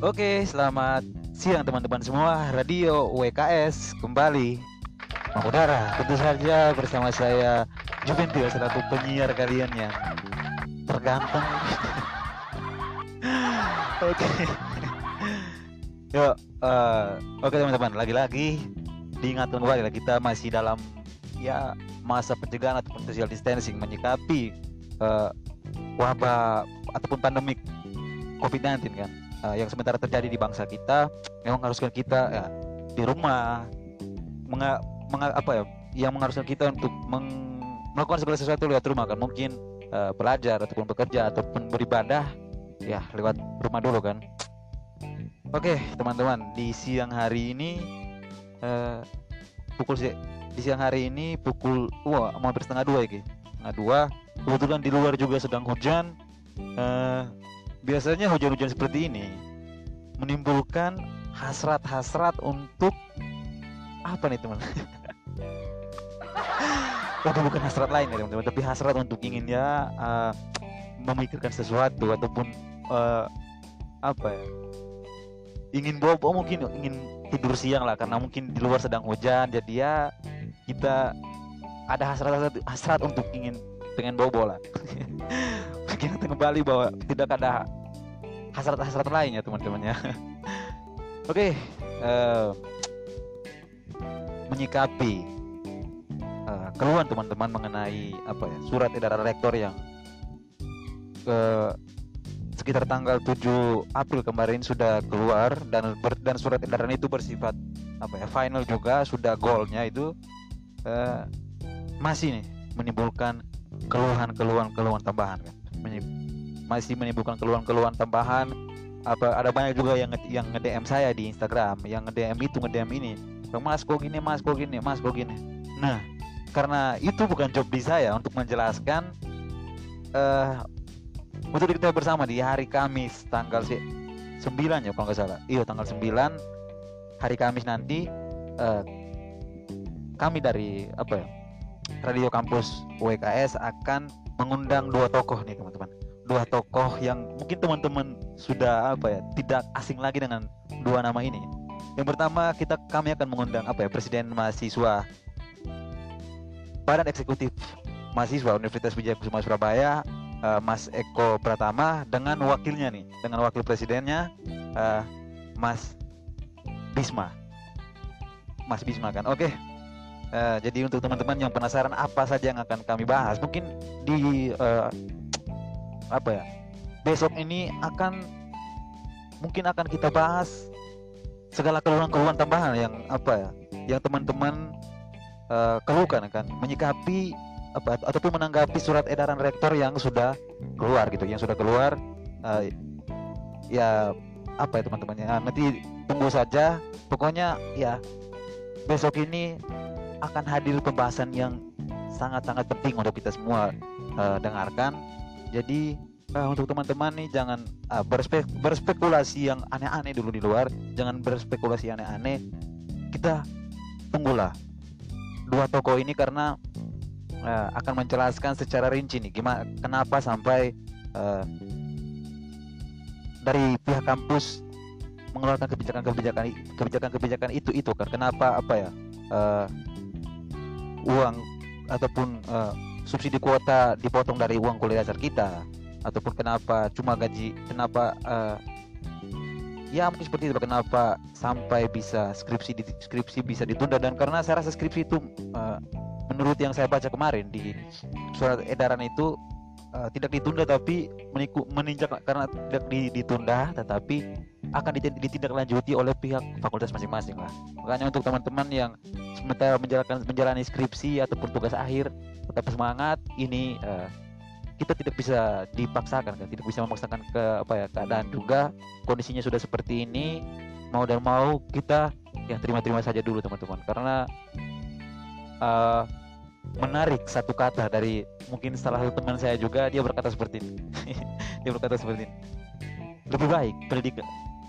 Oke, selamat siang teman-teman semua. Radio WKS kembali mengudara. Tentu saja bersama saya Juventil, selaku penyiar kalian yang terganteng. Oke. Yuk, oke teman-teman, lagi-lagi diingatkan kembali lah, kita masih dalam masa pencegahan ataupun social distancing menyikapi wabah ataupun pandemik COVID-19 kan, yang sementara terjadi di bangsa kita, yang mengharuskan kita di rumah, yang mengharuskan kita untuk melakukan segala sesuatu lewat rumah kan, mungkin belajar ataupun bekerja ataupun beribadah ya lewat rumah dulu kan. Oke teman-teman, di siang hari ini pukul hampir setengah dua ya, setengah dua. Kebetulan di luar juga sedang hujan. Biasanya hujan-hujan seperti ini menimbulkan hasrat-hasrat untuk apa nih teman? Bukan hasrat lain ya teman-teman, tapi hasrat untuk ingin memikirkan sesuatu ataupun ingin bobo, mungkin ingin tidur siang lah, karena mungkin di luar sedang hujan. Jadi ya kita ada hasrat untuk pengen bobo lah. Kita kembali bahwa tidak ada hasrat-hasrat lainnya teman-teman ya. Oke, menyikapi keluhan teman-teman mengenai surat edaran rektor yang sekitar tanggal 7 April kemarin sudah keluar, dan surat edaran itu bersifat final juga, sudah goalnya itu masih nih menimbulkan keluhan tambahan kan. Masih menimbulkan keluhan tambahan. Ada banyak juga yang nge-DM saya di Instagram, yang nge-DM ini, Mas kok gini. Nah, karena itu bukan job di saya untuk menjelaskan, untuk kita bersama di hari Kamis tanggal 9 ya kalau nggak salah. Iya, tanggal 9 hari Kamis nanti, kami dari Radio Kampus WKS akan mengundang dua tokoh nih teman-teman. Dua tokoh yang mungkin teman-teman sudah tidak asing lagi dengan dua nama ini. Yang pertama, kami akan mengundang Presiden Mahasiswa Badan Eksekutif Mahasiswa Universitas Wijayakusuma Surabaya, Mas Eko Pratama, dengan wakilnya nih, dengan wakil presidennya Mas Bisma kan. Oke. Jadi untuk teman-teman yang penasaran apa saja yang akan kami bahas, mungkin di besok ini akan kita bahas segala keluhan tambahan yang yang teman-teman keluhkan kan, menyikapi ataupun menanggapi surat edaran rektor yang sudah keluar gitu, teman-teman ya. Nanti tunggu saja, pokoknya ya besok ini akan hadir pembahasan yang sangat-sangat penting untuk kita semua dengarkan. Jadi untuk teman-teman nih, jangan berspekulasi yang aneh-aneh dulu di luar, jangan berspekulasi aneh-aneh. Kita tunggulah dua tokoh ini, karena akan menjelaskan secara rinci nih kenapa sampai dari pihak kampus mengeluarkan kebijakan itu kan. Kenapa uang ataupun subsidi kuota dipotong dari uang kuliah dasar kita, ataupun kenapa cuma gaji, kenapa mungkin seperti itu, kenapa sampai bisa skripsi bisa ditunda. Dan karena saya rasa skripsi itu menurut yang saya baca kemarin di surat edaran itu tidak ditunda, tapi meninjak, karena tidak ditunda tetapi akan ditindaklanjuti oleh pihak fakultas masing-masing lah. Makanya untuk teman-teman yang sementara menjalani skripsi ataupun tugas akhir, tetap semangat. Ini kita tidak bisa dipaksakan kan, tidak bisa memaksakan keadaan juga. Kondisinya sudah seperti ini, mau dan mau kita terima saja dulu teman-teman. Karena menarik satu kata dari mungkin salah satu teman saya juga, dia berkata seperti ini. Lebih baik pendidikan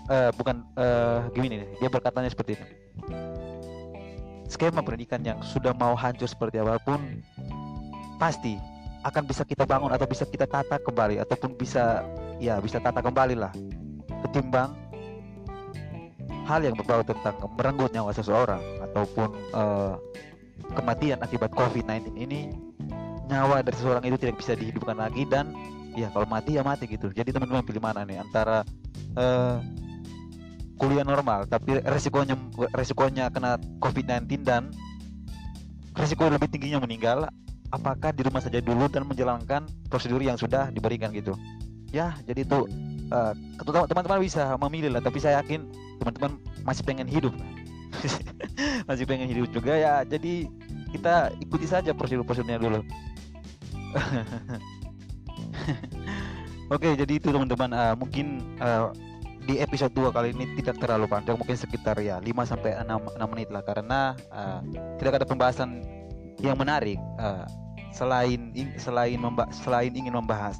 dia berkatanya seperti ini: skema pendidikan yang sudah mau hancur seperti apapun pasti akan bisa kita bangun atau bisa kita tata kembali, ataupun bisa tata kembali lah, ketimbang hal yang berbau tentang merenggut nyawa seseorang ataupun kematian akibat COVID-19 ini, nyawa dari seseorang itu tidak bisa dihidupkan lagi, dan ya kalau mati ya mati gitu. Jadi teman-teman pilih mana nih antara kuliah normal tapi resikonya kena COVID-19 dan resiko lebih tingginya meninggal, apakah di rumah saja dulu dan menjalankan prosedur yang sudah diberikan gitu ya. Jadi itu teman-teman bisa memilih lah, tapi saya yakin teman-teman masih pengen hidup masih pengen hidup juga ya, jadi kita ikuti saja prosedur-prosedurnya dulu. Oke, jadi itu teman-teman, mungkin di episode 2 kali ini tidak terlalu panjang, mungkin sekitar ya 5 sampai 6 menit lah, karena tidak ada pembahasan yang menarik selain ingin membahas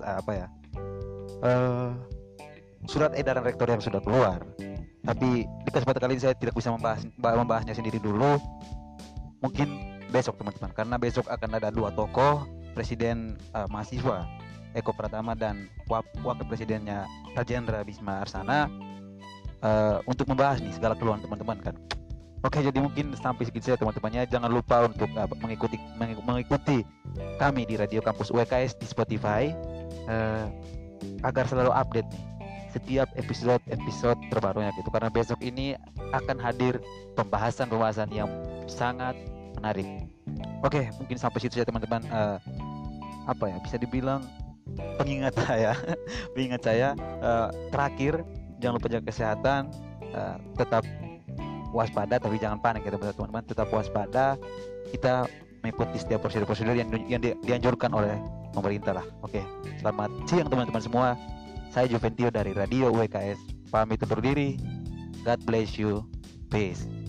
surat edaran rektor yang sudah keluar. Tapi di kesempatan kali ini saya tidak bisa membahasnya sendiri dulu. Mungkin besok teman-teman, karena besok akan ada 2 tokoh, presiden mahasiswa Eko Pratama dan wakil presidennya Rajendra Bisma Arsana, untuk membahas nih segala keluhan teman-teman kan. Oke, jadi mungkin sampai segitu saja teman-temannya. Jangan lupa untuk mengikuti kami di Radio Kampus UKS di Spotify, agar selalu update nih setiap episode terbarunya gitu, karena besok ini akan hadir pembahasan yang sangat menarik. Oke, mungkin sampai situ saja teman-teman. Bisa dibilang pengingat saya terakhir, jangan lupa jaga kesehatan, tetap waspada tapi jangan panik ya teman-teman, tetap waspada, kita mengikuti setiap prosedur yang dianjurkan oleh pemerintah lah. Oke, selamat siang teman-teman semua. Saya Juventio dari Radio UKS pamit undur diri. God bless you. Peace.